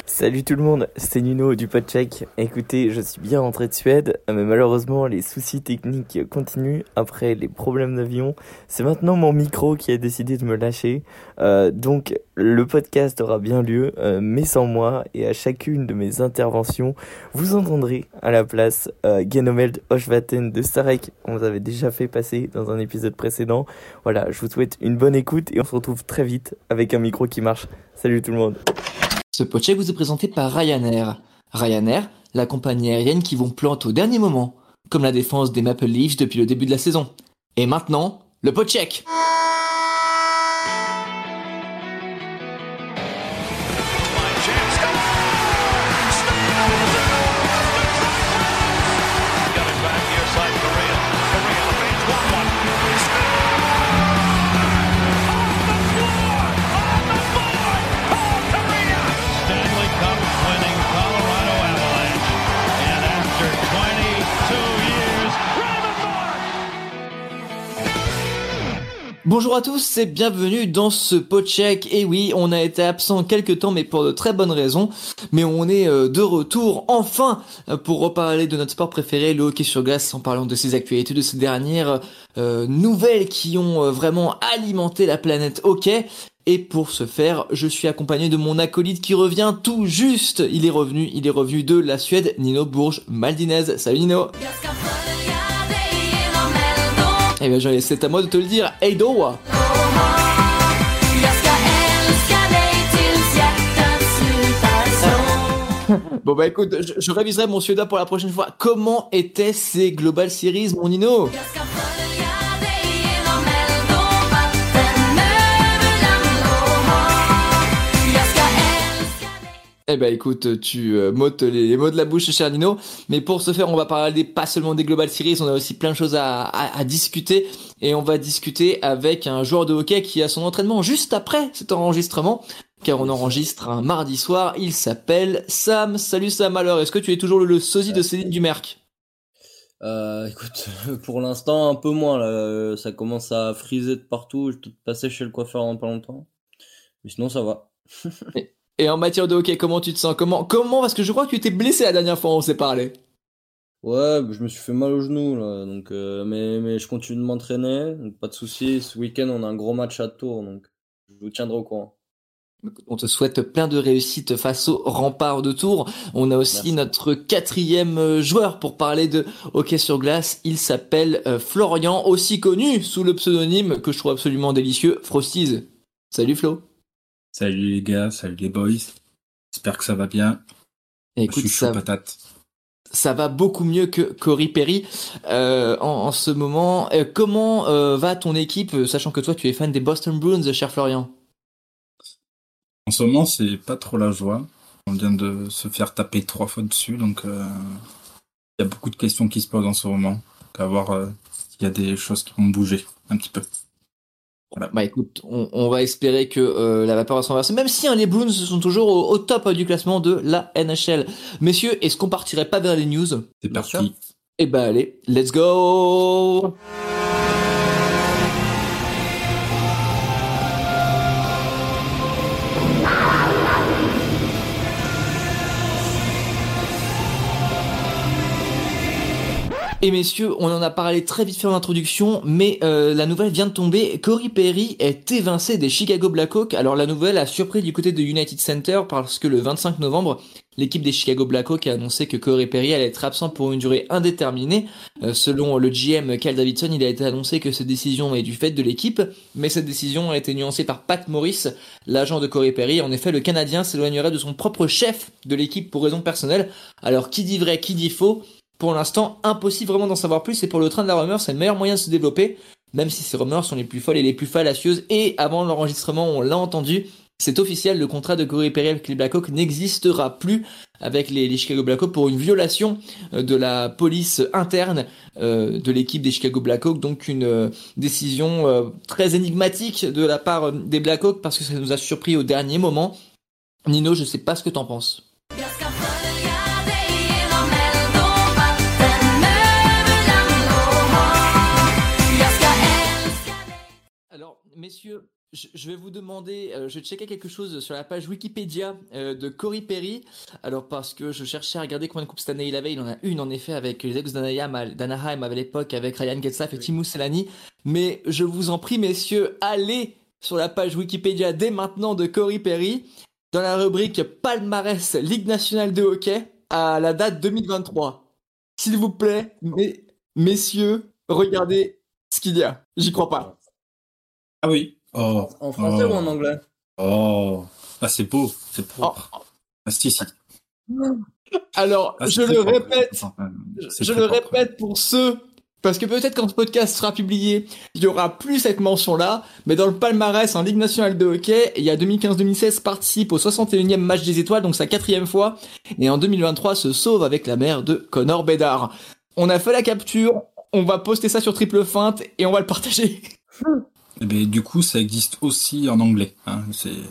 Salut tout le monde, c'est Nino du Podcheck. Écoutez, je suis bien rentré de Suède, mais malheureusement les soucis techniques continuent après les problèmes d'avion. C'est maintenant mon micro qui a décidé de me lâcher. Donc le podcast aura bien lieu, mais sans moi, et à chacune de mes interventions, vous entendrez à la place Genomeld Oshvaten de Starek, qu'on vous avait déjà fait passer dans un épisode précédent. Voilà, je vous souhaite une bonne écoute et on se retrouve très vite avec un micro qui marche. Salut tout le monde. Ce podcheck vous est présenté par Ryanair. Ryanair, la compagnie aérienne qui vous plante au dernier moment, comme la défense des Maple Leafs depuis le début de la saison. Et maintenant, le podcheck. Bonjour à tous et bienvenue dans ce podcheck. Et oui, on a été absent quelques temps mais pour de très bonnes raisons. Mais on est de retour enfin pour reparler de notre sport préféré, le hockey sur glace, en parlant de ses actualités, de ces dernières nouvelles qui ont vraiment alimenté la planète hockey. Et pour ce faire, je suis accompagné de mon acolyte qui revient tout juste. Il est revenu de la Suède, Nino Burge-Maldinez. Salut Nino. Eh bien, c'est à moi de te le dire. Hey do! Bon bah écoute, je réviserai mon suédois pour la prochaine fois. Comment étaient ces Global Series, mon Nino? Eh ben écoute, tu m'ôtes les mots de la bouche, cher Nino. Mais pour ce faire, on va parler pas seulement des Global Series, on a aussi plein de choses à discuter. Et on va discuter avec un joueur de hockey qui a son entraînement juste après cet enregistrement. Car on enregistre un mardi soir, il s'appelle Sam. Salut Sam, alors est-ce que tu es toujours le sosie de Céline Dumerc? Écoute, pour l'instant un peu moins là, ça commence à friser de partout, je vais passer chez le coiffeur dans pas longtemps. Mais sinon ça va. Et en matière de hockey, comment tu te sens? Comment parce que je crois que tu étais blessé la dernière fois où on s'est parlé. Ouais, je me suis fait mal au genou là, donc mais je continue de m'entraîner, donc pas de soucis. Ce week-end on a un gros match à Tours, donc je vous tiendrai au courant. On te souhaite plein de réussite face au rempart de Tours. On a aussi notre quatrième joueur pour parler de hockey sur glace. Il s'appelle Florian, aussi connu sous le pseudonyme que je trouve absolument délicieux, Frosties. Salut Flo. Salut les gars, salut les boys. J'espère que ça va bien. Écoute, je suis chaud patate. Ça va beaucoup mieux que Corey Perry en ce moment. Comment va ton équipe, sachant que toi tu es fan des Boston Bruins, cher Florian? En ce moment, c'est pas trop la joie. On vient de se faire taper 3 fois dessus, donc il y a beaucoup de questions qui se posent en ce moment. Donc à voir s'il y a des choses qui vont bouger un petit peu. Voilà. Bah écoute, on va espérer que la vapeur va se renverser, même si les Bruins sont toujours au top du classement de la NHL. Messieurs, est-ce qu'on partirait pas vers les news? C'est parti. Eh ben allez, let's go! Et messieurs, on en a parlé très vite fait en introduction, mais la nouvelle vient de tomber. Corey Perry est évincé des Chicago Blackhawks. Alors la nouvelle a surpris du côté de United Center parce que le 25 novembre, l'équipe des Chicago Blackhawks a annoncé que Corey Perry allait être absent pour une durée indéterminée. Selon le GM Cal Davidson, il a été annoncé que cette décision est du fait de l'équipe, mais cette décision a été nuancée par Pat Morris, l'agent de Corey Perry. En effet, le Canadien s'éloignerait de son propre chef de l'équipe pour raisons personnelles. Alors qui dit vrai, qui dit faux? Pour l'instant, impossible vraiment d'en savoir plus, et pour le train de la rumeur, c'est le meilleur moyen de se développer, même si ces rumeurs sont les plus folles et les plus fallacieuses, et avant l'enregistrement, on l'a entendu, c'est officiel, le contrat de Corey Perry avec les Blackhawks n'existera plus avec les Chicago Blackhawks pour une violation de la police interne de l'équipe des Chicago Blackhawks, donc une décision très énigmatique de la part des Blackhawks, parce que ça nous a surpris au dernier moment. Nino, je sais pas ce que t'en penses. messieurs, je vais vous demander, je checkais quelque chose sur la page Wikipédia de Corey Perry. Alors parce que je cherchais à regarder combien de coupes cette année il avait. Il en a une en effet avec les Ducks d'Anaheim à l'époque avec Ryan Getzlaf et Teemu Selanne. Mais je vous en prie, messieurs, allez sur la page Wikipédia dès maintenant de Corey Perry dans la rubrique Palmarès Ligue nationale de hockey à la date 2023. S'il vous plaît, messieurs, regardez ce qu'il y a. J'y crois pas. Ah oui. Oh. En français ou en anglais? Oh. Ah, c'est beau. C'est propre. Oh. Ah, si. Alors, je le répète. Je le répète pour ceux, parce que peut-être quand ce podcast sera publié, il y aura plus cette mention-là, mais dans le palmarès en Ligue nationale de hockey, il y a 2015-2016 participe au 61e match des étoiles, donc sa 4e fois, et en 2023 se sauve avec la mère de Connor Bedard. On a fait la capture, on va poster ça sur Triple Feinte et on va le partager. Mais du coup, ça existe aussi en anglais. Hein.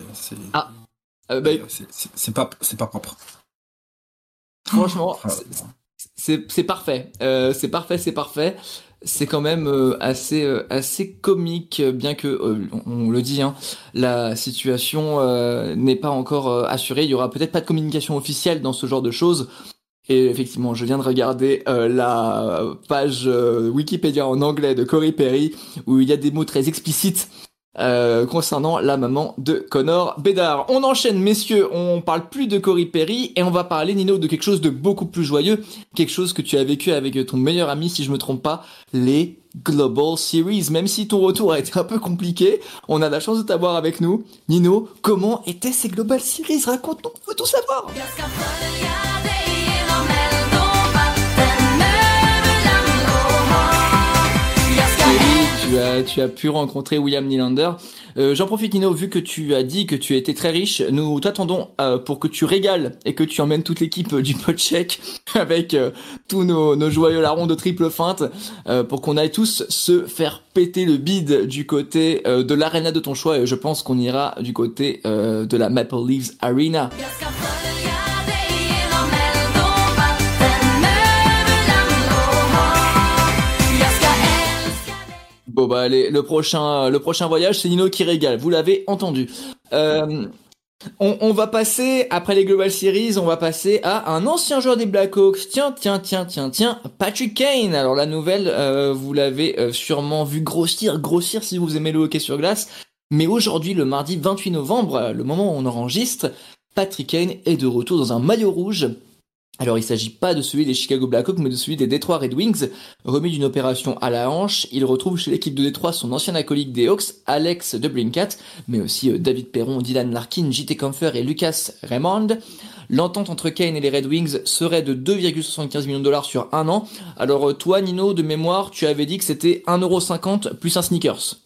C'est pas propre. Franchement, c'est parfait. C'est parfait. C'est quand même assez comique, bien que on le dit, hein, la situation n'est pas encore assurée. Il y aura peut-être pas de communication officielle dans ce genre de choses. Et effectivement, je viens de regarder la page Wikipédia en anglais de Corey Perry, où il y a des mots très explicites concernant la maman de Connor Bedard. On enchaîne, messieurs, on parle plus de Corey Perry et on va parler, Nino, de quelque chose de beaucoup plus joyeux, quelque chose que tu as vécu avec ton meilleur ami, si je me trompe pas, les Global Series. Même si ton retour a été un peu compliqué, on a la chance de t'avoir avec nous. Nino, comment étaient ces Global Series? Raconte-nous, on veut tout savoir. Tu as pu rencontrer William Nylander. J'en profite, Nino, vu que tu as dit que tu étais très riche, nous t'attendons pour que tu régales et que tu emmènes toute l'équipe du Podcheck avec tous nos joyeux larrons de Triple Feinte pour qu'on aille tous se faire péter le bide du côté de l'aréna de ton choix, et je pense qu'on ira du côté de la Maple Leafs Arena. Bon bah allez, le prochain voyage, c'est Nino qui régale, vous l'avez entendu. On va passer, après les Global Series, on va passer à un ancien joueur des Blackhawks. Tiens, Patrick Kane. Alors la nouvelle, vous l'avez sûrement vu grossir si vous aimez le hockey sur glace. Mais aujourd'hui, le mardi 28 novembre, le moment où on enregistre, Patrick Kane est de retour dans un maillot rouge. Alors il s'agit pas de celui des Chicago Blackhawks, mais de celui des Detroit Red Wings. Remis d'une opération à la hanche, il retrouve chez l'équipe de Détroit son ancien acolyte des Hawks, Alex DeBrincat, mais aussi David Perron, Dylan Larkin, J.T. Compher et Lucas Raymond. L'entente entre Kane et les Red Wings serait de 2,75 millions de dollars sur un an. Alors toi, Nino, de mémoire, tu avais dit que c'était 1,50€ plus un sneakers.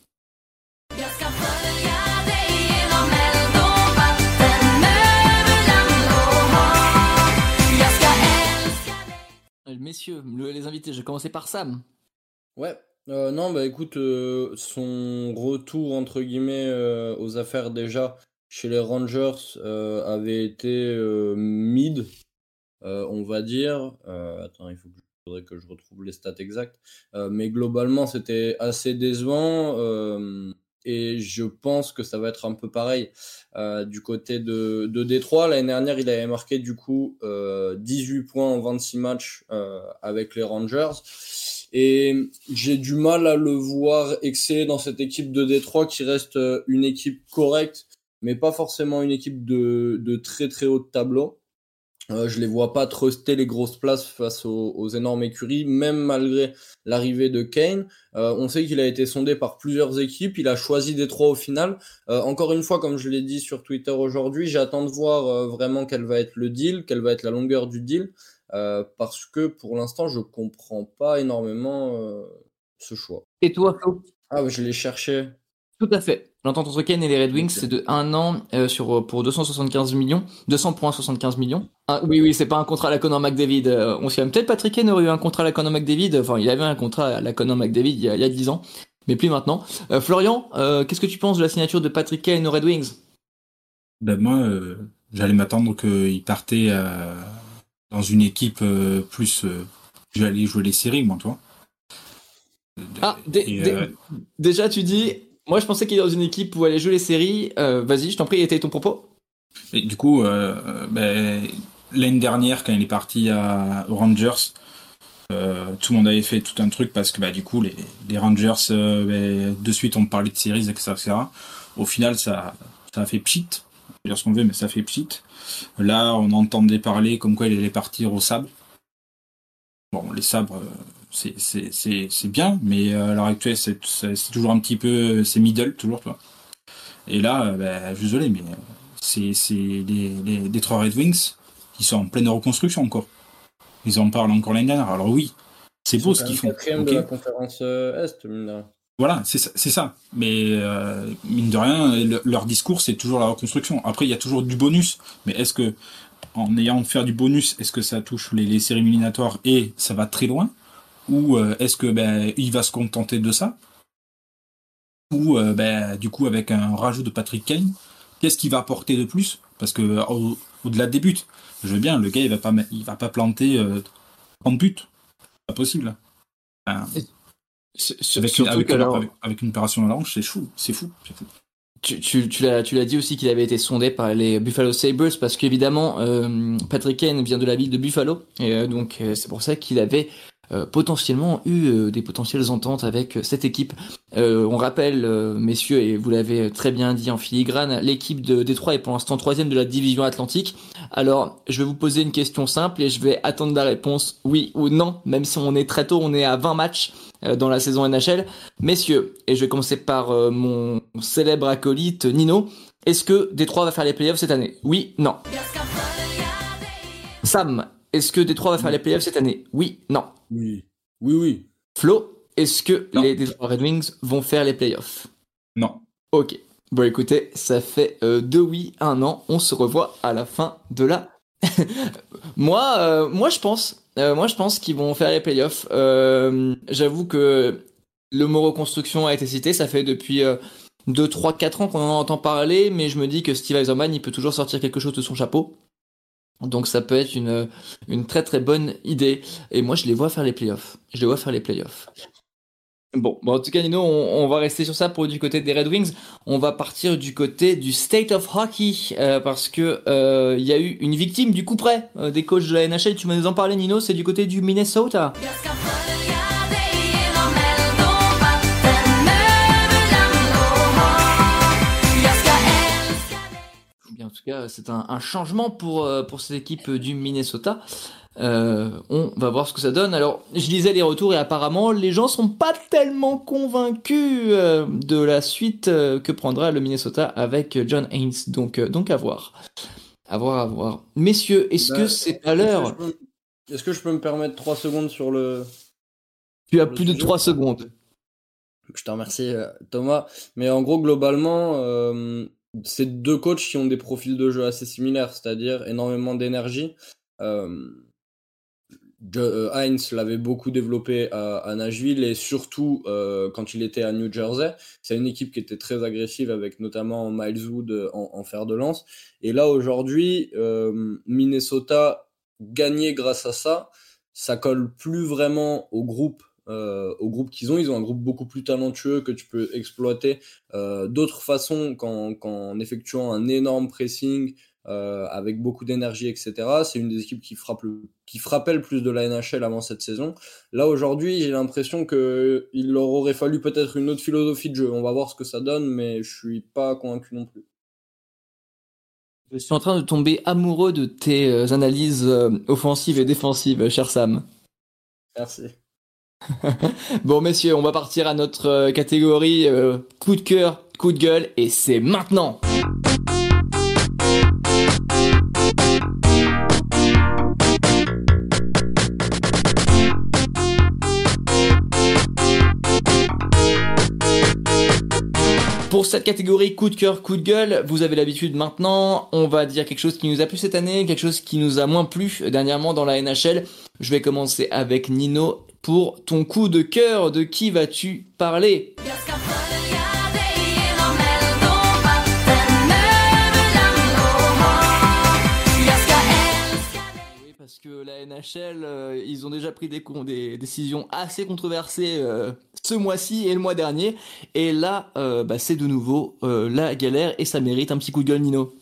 Messieurs, les invités, je vais commencer par Sam. Ouais, non, bah écoute, son retour entre guillemets aux affaires déjà chez les Rangers avait été mid, on va dire. Attends, faudrait que je retrouve les stats exactes. Mais globalement, c'était assez décevant. Et je pense que ça va être un peu pareil du côté de Détroit. L'année dernière, il avait marqué du coup 18 points en 26 matchs avec les Rangers. Et j'ai du mal à le voir exceller dans cette équipe de Détroit qui reste une équipe correcte, mais pas forcément une équipe de très très haut de tableau. Je les vois pas truster les grosses places face aux énormes écuries, même malgré l'arrivée de Kane. On sait qu'il a été sondé par plusieurs équipes, il a choisi Détroit au final. Encore une fois, comme je l'ai dit sur Twitter aujourd'hui, j'attends de voir vraiment quel va être le deal, quelle va être la longueur du deal, parce que pour l'instant, je comprends pas énormément ce choix. Et toi, Flo? Ah, je l'ai cherché. Tout à fait. L'entente entre Kane et les Red Wings, c'est de 1 an pour 275 millions, 200 points 75 millions. Ah, oui, c'est pas un contrat à la Connor McDavid. On sait même peut-être Patrick Kane aurait eu un contrat à la Connor McDavid. Enfin, il avait un contrat à la Connor McDavid il y a 10 ans, mais plus maintenant. Florian, qu'est-ce que tu penses de la signature de Patrick Kane aux Red Wings? Ben moi, j'allais m'attendre qu'il partait dans une équipe plus. J'allais jouer les séries, moi, toi. Déjà, tu dis Moi, je pensais qu'il est dans une équipe où aller jouer les séries. Vas-y, je t'en prie, était ton propos? Et du coup, l'année dernière, quand il est parti aux Rangers, tout le monde avait fait tout un truc parce que du coup, les Rangers, de suite, on parlait de séries, etc. Au final, ça a fait pchit. On peut dire ce qu'on veut, mais ça fait pchit. Là, on entendait parler comme quoi il allait partir au Sabre. Bon, les Sabres, c'est bien, mais à l'heure actuelle, c'est toujours un petit peu, c'est middle, toujours, toi. Et là, je suis désolé, mais c'est les Detroit Red Wings qui sont en pleine reconstruction encore. Ils en parlent encore l'année dernière. Alors oui, c'est beau ce qu'ils font. Quatrième de la conférence Est, mine de rien. Voilà, c'est ça. Mais mine de rien, leur discours, c'est toujours la reconstruction. Après, il y a toujours du bonus. Mais est-ce que, en ayant fait du bonus, est-ce que ça touche les séries éliminatoires et ça va très loin? Ou est-ce que il va se contenter de ça? Ou du coup, avec un rajout de Patrick Kane, qu'est-ce qu'il va apporter de plus? Parce que au-delà des buts, je veux bien, le gars, il va pas planter 30 buts. C'est pas possible. Enfin, avec une opération à la hanche, c'est fou. Tu l'as dit aussi qu'il avait été sondé par les Buffalo Sabres parce qu'évidemment Patrick Kane vient de la ville de Buffalo et donc c'est pour ça qu'il avait potentiellement eu des potentielles ententes avec cette équipe. On rappelle, messieurs, et vous l'avez très bien dit en filigrane, l'équipe de Détroit est pour l'instant 3e de la division Atlantique. Alors, je vais vous poser une question simple et je vais attendre la réponse oui ou non, même si on est très tôt, on est à 20 matchs dans la saison NHL. Messieurs, et je vais commencer par mon célèbre acolyte Nino, est-ce que Détroit va faire les playoffs cette année? Oui, non. Sam, est-ce que Détroit va faire les playoffs cette année? Oui, non. Oui. Flo, est-ce que Non. les Detroit Red Wings vont faire les playoffs? Non. Ok. Bon, écoutez, ça fait 2 oui, 1 non. On se revoit à la fin de la... Moi, je pense qu'ils vont faire les playoffs. J'avoue que le mot reconstruction a été cité. Ça fait depuis 2, 3, 4 ans qu'on en entend parler, mais je me dis que Steve Yzerman, il peut toujours sortir quelque chose de son chapeau. Donc ça peut être une très très bonne idée. Et moi je les vois faire les playoffs. Bon, en tout cas Nino, on va rester sur ça pour du côté des Red Wings. On va partir du côté du State of Hockey parce que il y a eu une victime du coup près des coachs de la NHL. Tu vas nous en parler Nino, c'est du côté du Minnesota. En tout cas, c'est un changement pour cette équipe du Minnesota. On va voir ce que ça donne. Alors, je lisais les retours et apparemment, les gens sont pas tellement convaincus de la suite que prendra le Minnesota avec John Haynes. Donc à voir. À voir. Messieurs, est-ce que c'est à l'heure? Est-ce que je peux me permettre 3 secondes sur le... Tu as plus de 3 secondes. Je te remercie, Thomas. Mais en gros, globalement... c'est 2 coachs qui ont des profils de jeu assez similaires, c'est-à-dire énormément d'énergie. Heinz l'avait beaucoup développé à Nashville et surtout quand il était à New Jersey. C'est une équipe qui était très agressive avec notamment Miles Wood en fer de lance. Et là aujourd'hui, Minnesota gagnait grâce à ça. Ça colle plus vraiment au groupe qu'ils ont. Ils ont un groupe beaucoup plus talentueux que tu peux exploiter d'autres façons qu'en effectuant un énorme pressing avec beaucoup d'énergie, etc. C'est une des équipes qui frappait le plus de la NHL avant cette saison. Là aujourd'hui, j'ai l'impression que il leur aurait fallu peut-être une autre philosophie de jeu. On va voir ce que ça donne, mais je suis pas convaincu non plus. Je suis en train de tomber amoureux de tes analyses offensives et défensives, cher Sam. Merci. Bon messieurs, on va partir à notre catégorie coup de cœur, coup de gueule, et c'est maintenant. Pour cette catégorie coup de cœur, coup de gueule, vous avez l'habitude maintenant, on va dire quelque chose qui nous a plu cette année, quelque chose qui nous a moins plu dernièrement dans la NHL. Je vais commencer avec Nino. Pour ton coup de cœur, de qui vas-tu parler? parce que la NHL, ils ont déjà pris des décisions assez controversées ce mois-ci et le mois dernier. Et là, c'est de nouveau la galère et ça mérite un petit coup de gueule, Nino.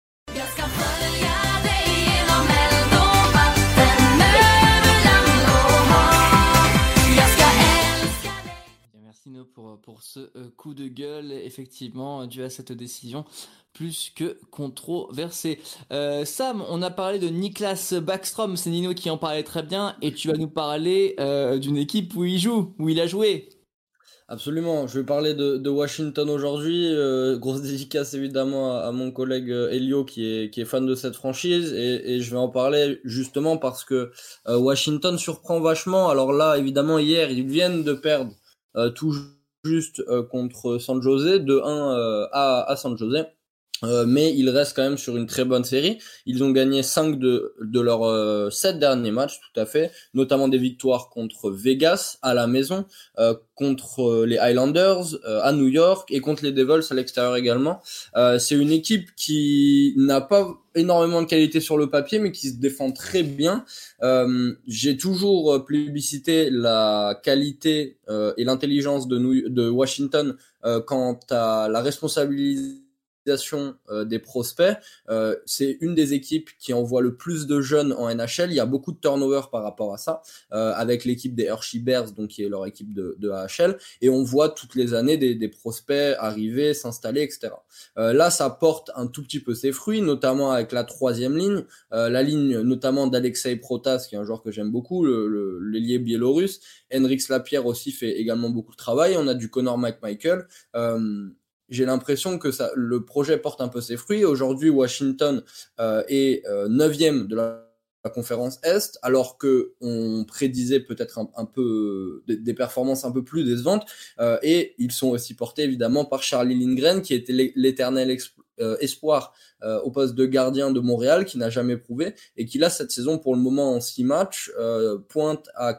Merci Nino pour ce coup de gueule, effectivement, dû à cette décision plus que controversée. Sam, on a parlé de Niklas Backstrom, c'est Nino qui en parlait très bien, et tu vas nous parler d'une équipe où il a joué. Absolument, je vais parler de Washington aujourd'hui. Grosse dédicace évidemment à mon collègue Elio qui est fan de cette franchise et je vais en parler justement parce que Washington surprend vachement. Alors là, évidemment, hier, ils viennent de perdre tout juste contre San Jose, de 1 à San Jose. Mais ils restent quand même sur une très bonne série. Ils ont gagné 5 de leurs 7 derniers matchs, tout à fait, notamment des victoires contre Vegas à la maison, contre les Highlanders à New York et contre les Devils à l'extérieur également. C'est une équipe qui n'a pas énormément de qualité sur le papier, mais qui se défend très bien. J'ai toujours plébiscité la qualité et l'intelligence de Washington quant à la responsabilisation des prospects. C'est une des équipes qui envoie le plus de jeunes en NHL. Il y a beaucoup de turnover par rapport à ça, avec l'équipe des Hershey Bears, donc qui est leur équipe de AHL, et on voit toutes les années des prospects arriver, s'installer, etc. Là, ça porte un tout petit peu ses fruits, notamment avec la 3e ligne, la ligne notamment d'Alexei Protas, qui est un joueur que j'aime beaucoup, l'ailier biélorusse. Henrik Lapierre aussi fait également beaucoup de travail. On a du Connor McMichael. J'ai l'impression que le projet porte un peu ses fruits. Aujourd'hui, Washington est 9e de la conférence Est, alors que on prédisait peut-être un peu des performances un peu plus décevantes. Et ils sont aussi portés évidemment par Charlie Lindgren, qui était l'éternel espoir au poste de gardien de Montréal, qui n'a jamais prouvé et qui là cette saison pour le moment en 6 matchs pointe à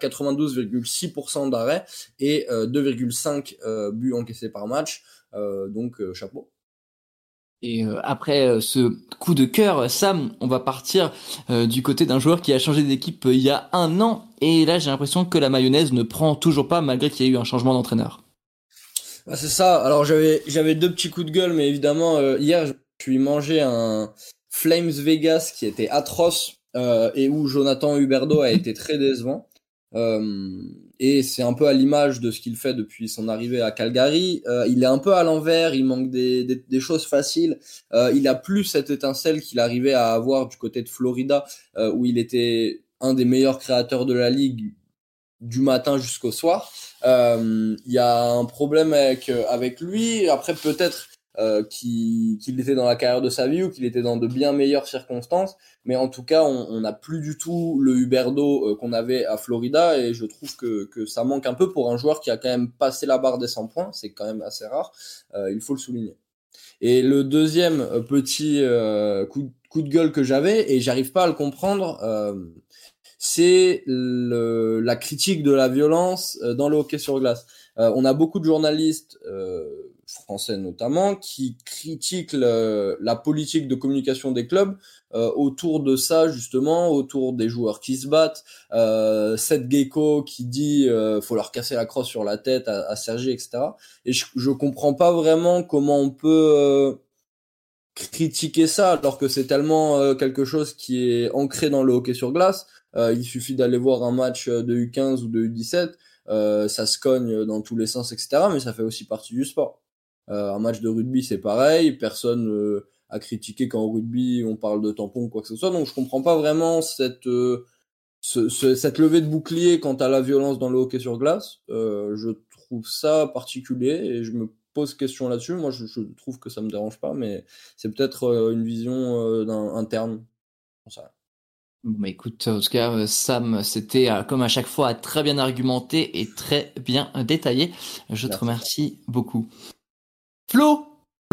92,6% d'arrêt et 2,5 buts encaissés par match. Donc chapeau. Et après ce coup de cœur, Sam, on va partir du côté d'un joueur qui a changé d'équipe il y a 1 an. Et là, j'ai l'impression que la mayonnaise ne prend toujours pas malgré qu'il y ait eu un changement d'entraîneur. Ah, c'est ça. Alors j'avais 2 petits coups de gueule, mais évidemment hier je suis mangé un Flames Vegas qui était atroce et où Jonathan Huberdeau a été très décevant. Et c'est un peu à l'image de ce qu'il fait depuis son arrivée à Calgary. Il est un peu à l'envers, il manque des choses faciles. Il a plus cette étincelle qu'il arrivait à avoir du côté de Florida, où il était un des meilleurs créateurs de la ligue du matin jusqu'au soir. Il y a un problème avec lui. Après, peut-être qu'il était dans la carrière de sa vie ou qu'il était dans de bien meilleures circonstances, mais en tout cas on n'a plus du tout le Huberdeau qu'on avait à Florida et je trouve que ça manque un peu pour un joueur qui a quand même passé la barre des 100 points, c'est quand même assez rare, il faut le souligner. Et le deuxième petit coup de gueule que j'avais, et j'arrive pas à le comprendre, c'est la critique de la violence dans le hockey sur glace. On a beaucoup de journalistes français notamment qui critiquent la politique de communication des clubs autour de ça, justement, autour des joueurs qui se battent. Seth Gecko qui dit faut leur casser la crosse sur la tête à Sergi, etc. Et je comprends pas vraiment comment on peut critiquer ça alors que c'est tellement quelque chose qui est ancré dans le hockey sur glace. Il suffit d'aller voir un match de U15 ou de U17, ça se cogne dans tous les sens, etc. Mais ça fait aussi partie du sport. Un match de rugby, c'est pareil. Personne a critiqué quand au rugby on parle de tampon ou quoi que ce soit. Donc je comprends pas vraiment cette levée de bouclier quant à la violence dans le hockey sur glace. Je trouve ça particulier et je me pose question là-dessus. Moi, je trouve que ça me dérange pas, mais c'est peut-être une vision interne. Bon, bah écoute, en tout cas, Sam, c'était comme à chaque fois très bien argumenté et très bien détaillé. Je te remercie beaucoup. Flo,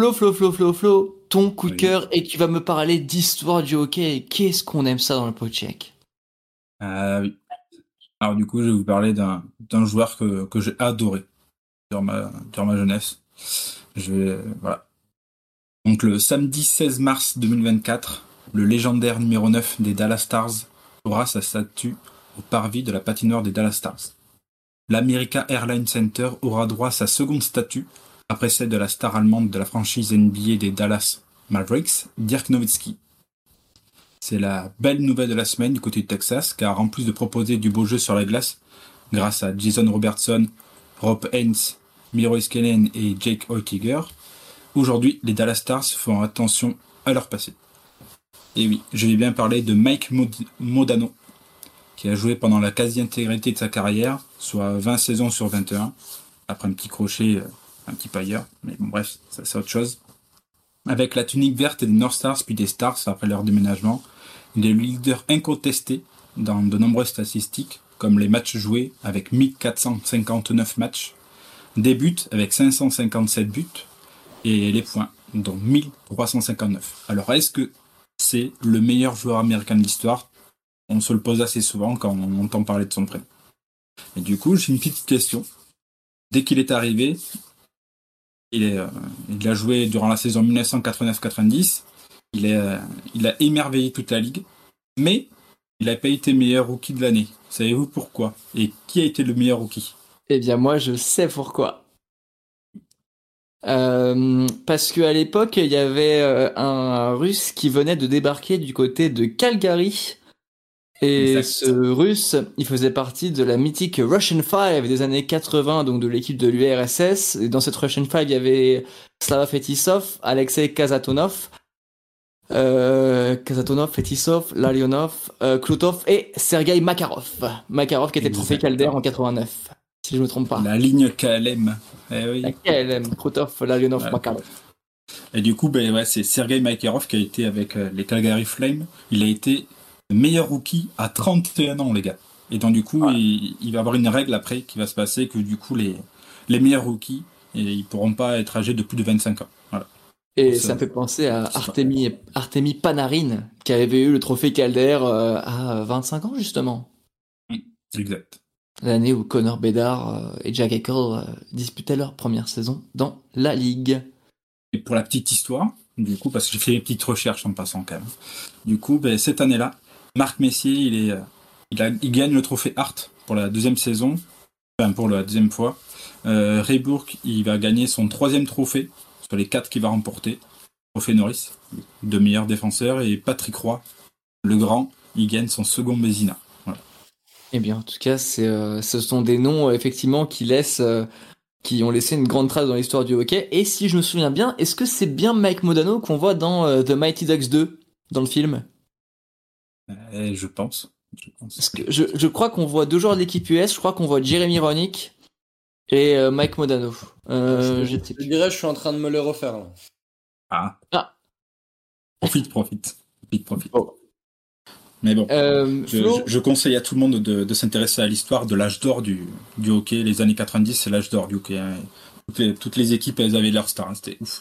ton coup de cœur, et tu vas me parler d'histoire du hockey. Qu'est-ce qu'on aime ça dans le PodCheck? Oui. Alors du coup, je vais vous parler d'un joueur que j'ai adoré durant ma jeunesse. Voilà. Donc le samedi 16 mars 2024, le légendaire numéro 9 des Dallas Stars aura sa statue au parvis de la patinoire des Dallas Stars. L'America Airlines Center aura droit à sa seconde statue, après celle de la star allemande de la franchise NBA des Dallas Mavericks, Dirk Nowitzki. C'est la belle nouvelle de la semaine du côté du Texas, car en plus de proposer du beau jeu sur la glace, grâce à Jason Robertson, Rob Haynes, Miro Iskelen et Jake Oettinger, aujourd'hui les Dallas Stars font attention à leur passé. Et oui, je vais bien parler de Mike Modano, qui a joué pendant la quasi-intégralité de sa carrière, soit 20 saisons sur 21, après un petit crochet, un petit pailleur, mais bon bref, ça c'est autre chose. Avec la tunique verte des North Stars puis des Stars après leur déménagement, il est le leader incontesté dans de nombreuses statistiques, comme les matchs joués avec 1459 matchs, des buts avec 557 buts, et les points, dont 1359. Alors est-ce que c'est le meilleur joueur américain de l'histoire? On se le pose assez souvent quand on entend parler de son prénom. Et du coup, j'ai une petite question. Dès qu'il est arrivé, il a joué durant la saison 1989-90. Il a émerveillé toute la ligue, mais il n'a pas été meilleur rookie de l'année. Savez-vous pourquoi? Et qui a été le meilleur rookie? Eh bien, moi, je sais pourquoi. Parce qu'à l'époque, il y avait un Russe qui venait de débarquer du côté de Calgary. Et Exact. ce Russe, il faisait partie de la mythique Russian Five des années 80, donc de l'équipe de l'URSS. Et dans cette Russian Five, il y avait Slava Fetisov, Alexei Kazatonov, Fetisov, Larionov, Klutov et Sergei Makarov. Makarov qui était trophée Calder en 89, si je me trompe pas. La ligne KLM. Eh oui. La KLM, Krutov, Larionov, Ouais. Makarov. Et du coup, c'est Sergei Makarov qui a été avec les Calgary Flames. Il a été meilleur rookie à 31 ans, les gars. Et donc, du coup, il va avoir une règle après qui va se passer que, du coup, les meilleurs rookies, ils pourront pas être âgés de plus de 25 ans. Voilà. Et ça me fait penser à Artemi Panarin, qui avait eu le trophée Calder à 25 ans, justement. Exact. L'année où Connor Bedard et Jack Eichel disputaient leur première saison dans la Ligue. Et pour la petite histoire, du coup, parce que j'ai fait des petites recherches en passant quand même. Du coup, cette année-là, Marc Messier, il gagne le trophée Hart pour la deuxième saison, enfin pour la deuxième fois. Ray Bourque, il va gagner son 3e trophée sur les 4 qu'il va remporter. Trophée Norris, de meilleur défenseur, et Patrick Roy, le grand, il gagne son 2e Vézina. Voilà. Eh bien, en tout cas, ce sont des noms effectivement qui ont laissé une grande trace dans l'histoire du hockey. Et si je me souviens bien, est-ce que c'est bien Mike Modano qu'on voit dans The Mighty Ducks 2 dans le film? Je pense. Parce que je crois qu'on voit 2 joueurs de l'équipe US. Je crois qu'on voit Jeremy Roenick et Mike Modano. Je dirais, je suis en train de me les refaire là. Ah. Profite. Oh. Mais bon, Flo, je conseille à tout le monde de s'intéresser à l'histoire de l'âge d'or du hockey. Les années 90, c'est l'âge d'or du hockey. Hein. Toutes les équipes, elles avaient leur star. Hein. C'était ouf.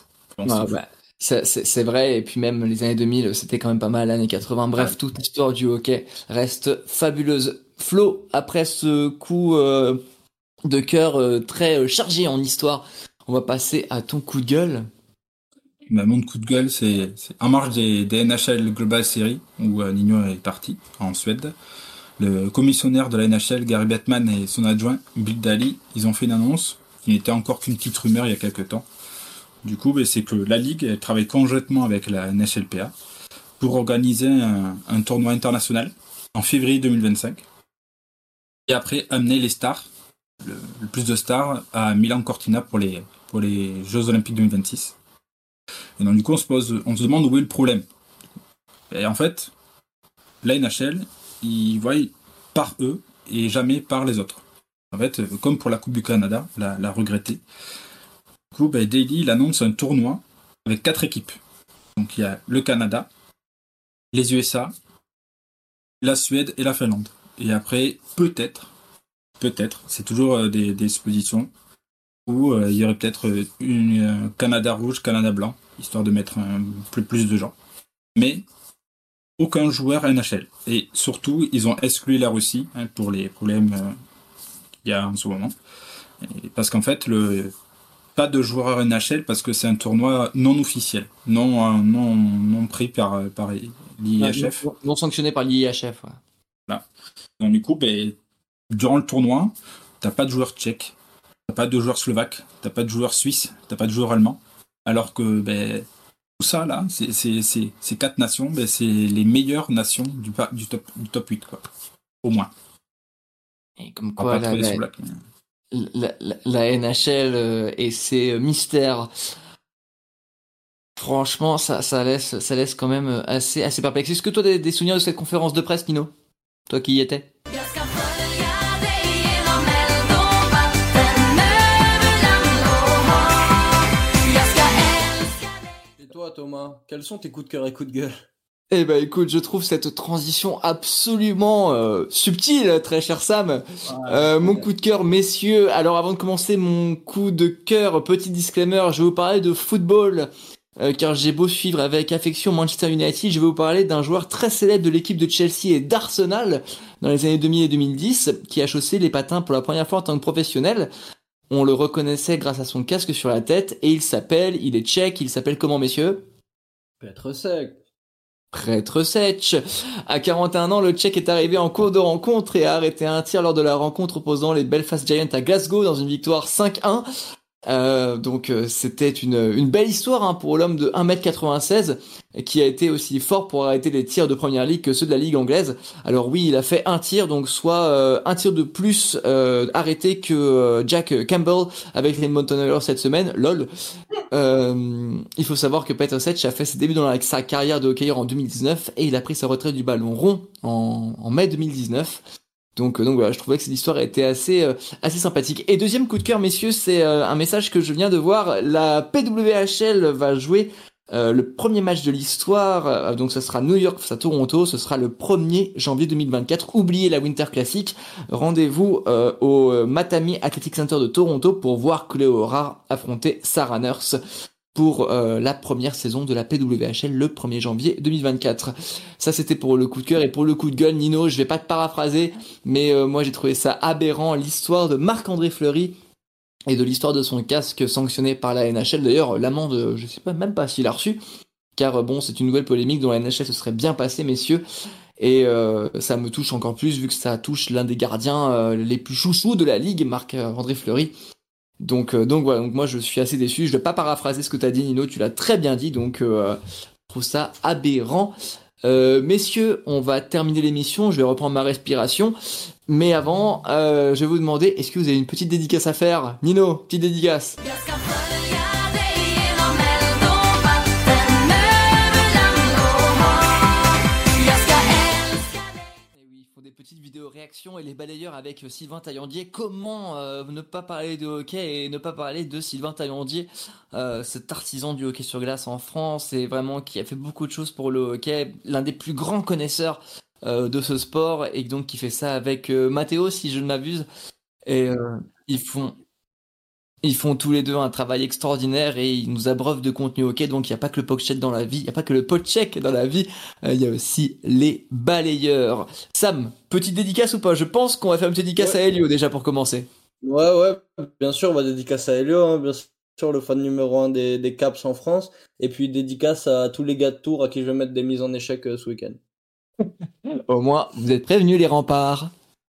c'est vrai, et puis même les années 2000, c'était quand même pas mal, années 80. Bref, toute l'histoire du hockey reste fabuleuse. Flo, après ce coup de cœur très chargé en histoire, on va passer à ton coup de gueule. Mon coup de gueule, c'est en marge des NHL Global Series, où Nino est parti, en Suède. Le commissionnaire de la NHL, Gary Bettman, et son adjoint, Bill Daly, ils ont fait une annonce qui n'était encore qu'une petite rumeur il y a quelques temps. Du coup, c'est que la Ligue elle travaille conjointement avec la NHLPA pour organiser un tournoi international en février 2025. Et après, amener les stars, le plus de stars, à Milan Cortina pour les Jeux Olympiques 2026. Et donc, du coup, on se demande où est le problème. Et en fait, la NHL, ils voient par eux et jamais par les autres. En fait, comme pour la Coupe du Canada, la regrettée. Du coup, Daly, il annonce un tournoi avec 4 équipes. Donc, il y a le Canada, les USA, la Suède et la Finlande. Et après, peut-être, c'est toujours des suppositions, où il y aurait peut-être une Canada rouge, Canada blanc, histoire de mettre plus de gens. Mais aucun joueur NHL. Et surtout, ils ont exclu la Russie pour les problèmes qu'il y a en ce moment. Et parce qu'en fait, pas de joueurs NHL parce que c'est un tournoi non officiel, non pris par l'IIHF. Non sanctionné par l'IIHF, ouais. Voilà. Donc du coup, durant le tournoi, t'as pas de joueurs tchèques, t'as pas de joueurs slovaques, t'as pas de joueurs suisses, t'as pas de joueurs allemands. Alors que tout ça là, ces 4 nations, c'est les meilleures nations du top 8, quoi. Au moins. Et comme On va quoi, pas trouver les Slovaques, mais- la NHL et ses mystères. Franchement, ça laisse quand même assez perplexe. Est-ce que toi, t'as des souvenirs de cette conférence de presse, Nino? Toi qui y étais? Et toi, Thomas, quels sont tes coups de cœur et coups de gueule? Eh ben écoute, je trouve cette transition absolument subtile, très cher Sam. Mon coup de cœur, messieurs. Alors avant de commencer mon coup de cœur, petit disclaimer, je vais vous parler de football. Car j'ai beau suivre avec affection Manchester United, je vais vous parler d'un joueur très célèbre de l'équipe de Chelsea et d'Arsenal dans les années 2000 et 2010, qui a chaussé les patins pour la première fois en tant que professionnel. On le reconnaissait grâce à son casque sur la tête, et il est tchèque, il s'appelle comment, messieurs? Petr Cech. Petr Cech. À 41 ans, le Tchèque est arrivé en cours de rencontre et a arrêté un tir lors de la rencontre opposant les Belfast Giants à Glasgow dans une victoire 5-1. Donc c'était une belle histoire pour l'homme de 1m96 qui a été aussi fort pour arrêter les tirs de première ligue que ceux de la ligue anglaise. Alors oui, il a fait un tir, donc soit un tir de plus arrêté que Jack Campbell avec les Edmonton Oilers cette semaine, lol. Il faut savoir que Petr Cech a fait ses débuts dans sa carrière de hockeyeur en 2019 et il a pris sa retraite du ballon rond en mai 2019. Donc voilà, je trouvais que cette histoire était assez sympathique. Et deuxième coup de cœur, messieurs, c'est un message que je viens de voir. La PWHL va jouer le premier match de l'histoire. Donc ça sera New York face à Toronto. Ce sera le 1er janvier 2024. Oubliez la Winter Classic. Rendez-vous au Matami Athletic Center de Toronto pour voir Cleo Aurore affronter Sarah Nurse pour la première saison de la PWHL le 1er janvier 2024. Ça, c'était pour le coup de cœur. Et pour le coup de gueule, Nino, je vais pas te paraphraser, mais moi, j'ai trouvé ça aberrant, l'histoire de Marc-André Fleury et de l'histoire de son casque sanctionné par la NHL. D'ailleurs, l'amende, je sais pas, même pas s'il a reçu, car bon, c'est une nouvelle polémique dont la NHL se serait bien passée, messieurs. Et ça me touche encore plus, vu que ça touche l'un des gardiens les plus chouchous de la ligue, Marc-André Fleury. Donc voilà, donc moi je suis assez déçu. Je vais pas paraphraser ce que t'as dit, Nino, tu l'as très bien dit, donc je trouve ça aberrant. Messieurs, on va terminer l'émission, je vais reprendre ma respiration, mais avant, je vais vous demander, est-ce que vous avez une petite dédicace à faire? Nino, petite dédicace. Petite vidéo réaction et les balayeurs avec Sylvain Taillandier. Comment ne pas parler de hockey et ne pas parler de Sylvain Taillandier, cet artisan du hockey sur glace en France et vraiment qui a fait beaucoup de choses pour le hockey, l'un des plus grands connaisseurs de ce sport et donc qui fait ça avec Mathéo si je ne m'abuse. Et ils font tous les deux un travail extraordinaire et ils nous abreuvent de contenu hockey. Donc il n'y a pas que le PogCheck dans la vie, il n'y a pas que le PogCheck dans la vie, il y a aussi les balayeurs. Sam, petite dédicace ou pas? Je pense qu'on va faire une petite dédicace à Elio déjà pour commencer. Ouais, bien sûr, on va dédicace à Elio, bien sûr, le fan numéro 1 des Caps en France. Et puis dédicace à tous les gars de Tours à qui je vais mettre des mises en échec ce week-end. Au moins, vous êtes prévenus les remparts.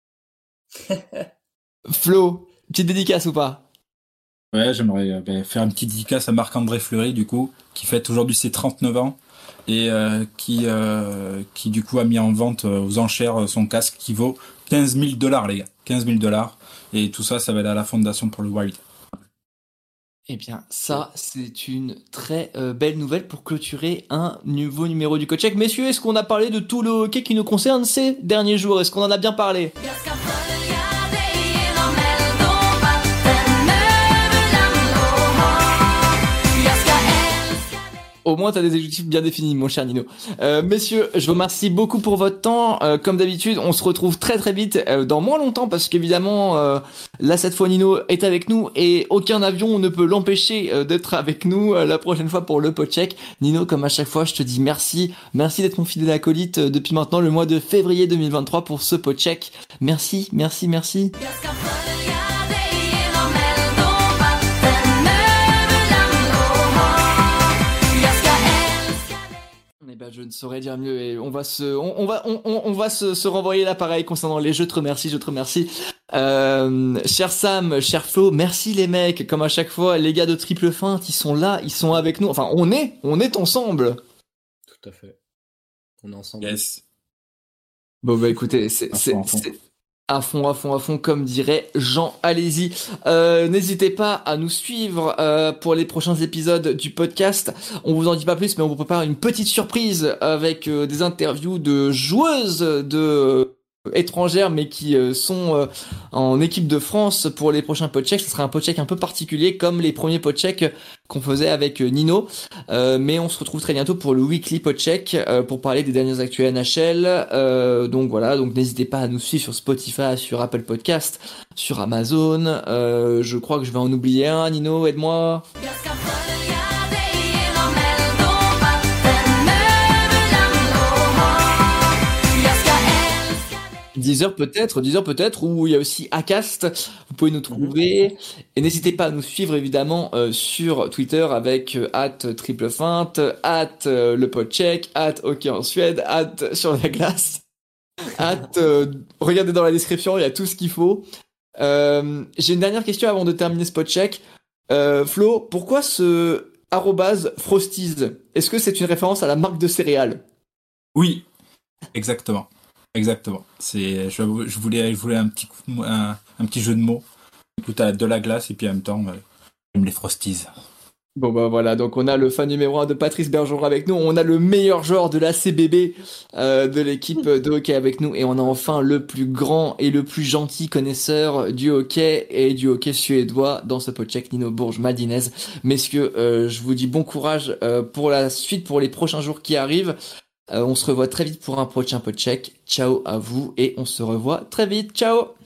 Flo, petite dédicace ou pas? Ouais, j'aimerais faire une petite dédicace à Marc-André Fleury, du coup, qui fête aujourd'hui ses 39 ans et qui du coup a mis en vente aux enchères son casque qui vaut $15,000, les gars. $15,000. Et tout ça, ça va aller à la fondation pour le Wild. Eh bien, ça, c'est une très belle nouvelle pour clôturer un nouveau numéro du PogCheck. Messieurs, est-ce qu'on a parlé de tout le hockey qui nous concerne ces derniers jours? Est-ce qu'on en a bien parlé? Au moins, t'as des objectifs bien définis, mon cher Nino. Messieurs, je vous remercie beaucoup pour votre temps. Comme d'habitude, on se retrouve très très vite, dans moins longtemps, parce qu'évidemment, là, cette fois, Nino est avec nous et aucun avion ne peut l'empêcher d'être avec nous la prochaine fois pour le PogCheck. Nino, comme à chaque fois, je te dis merci. Merci d'être mon fidèle acolyte depuis maintenant le mois de février 2023 pour ce PogCheck. Merci. je ne saurais dire mieux. Et on va se renvoyer l'appareil concernant les jeux. Je te remercie. Cher Sam, cher Flo, merci les mecs. Comme à chaque fois, les gars de Triple Feinte, ils sont là, ils sont avec nous. Enfin, on est ensemble. Tout à fait. On est ensemble. Yes. Bon bah écoutez, c'est à fond, comme dirait Jean. Allez-y. N'hésitez pas à nous suivre pour les prochains épisodes du podcast. On vous en dit pas plus, mais on vous prépare une petite surprise avec des interviews de joueuses étrangères, mais qui sont en équipe de France pour les prochains podchecks. Ce sera un podcheck un peu particulier, comme les premiers podchecks qu'on faisait avec Nino. Mais on se retrouve très bientôt pour le weekly podcheck pour parler des dernières actus NHL. Donc voilà, donc n'hésitez pas à nous suivre sur Spotify, sur Apple Podcast, sur Amazon. Je crois que je vais en oublier un. Nino, aide-moi. Deezer peut-être, où il y a aussi Acast, vous pouvez nous trouver, et n'hésitez pas à nous suivre évidemment sur Twitter avec @triplefeinte, le podcheck, @hockey en Suède, @sur la glace, regardez dans la description, il y a tout ce qu'il faut. J'ai une dernière question avant de terminer ce podcheck. Flo, pourquoi ce @Frosties? Est-ce que c'est une référence à la marque de céréales? Oui, exactement. Je voulais un petit jeu de mots. Écoute, de la glace et puis en même temps, j'aime les Frosties. Bon bah voilà, donc on a le fan numéro 1 de Patrice Bergeron avec nous, on a le meilleur joueur de la CBB de l'équipe de hockey avec nous, et on a enfin le plus grand et le plus gentil connaisseur du hockey et du hockey suédois dans ce podcheck, Nino Bourge-Madinez. Messieurs, je vous dis bon courage pour la suite, pour les prochains jours qui arrivent. On se revoit très vite pour un prochain podcheck. Ciao à vous et on se revoit très vite. Ciao!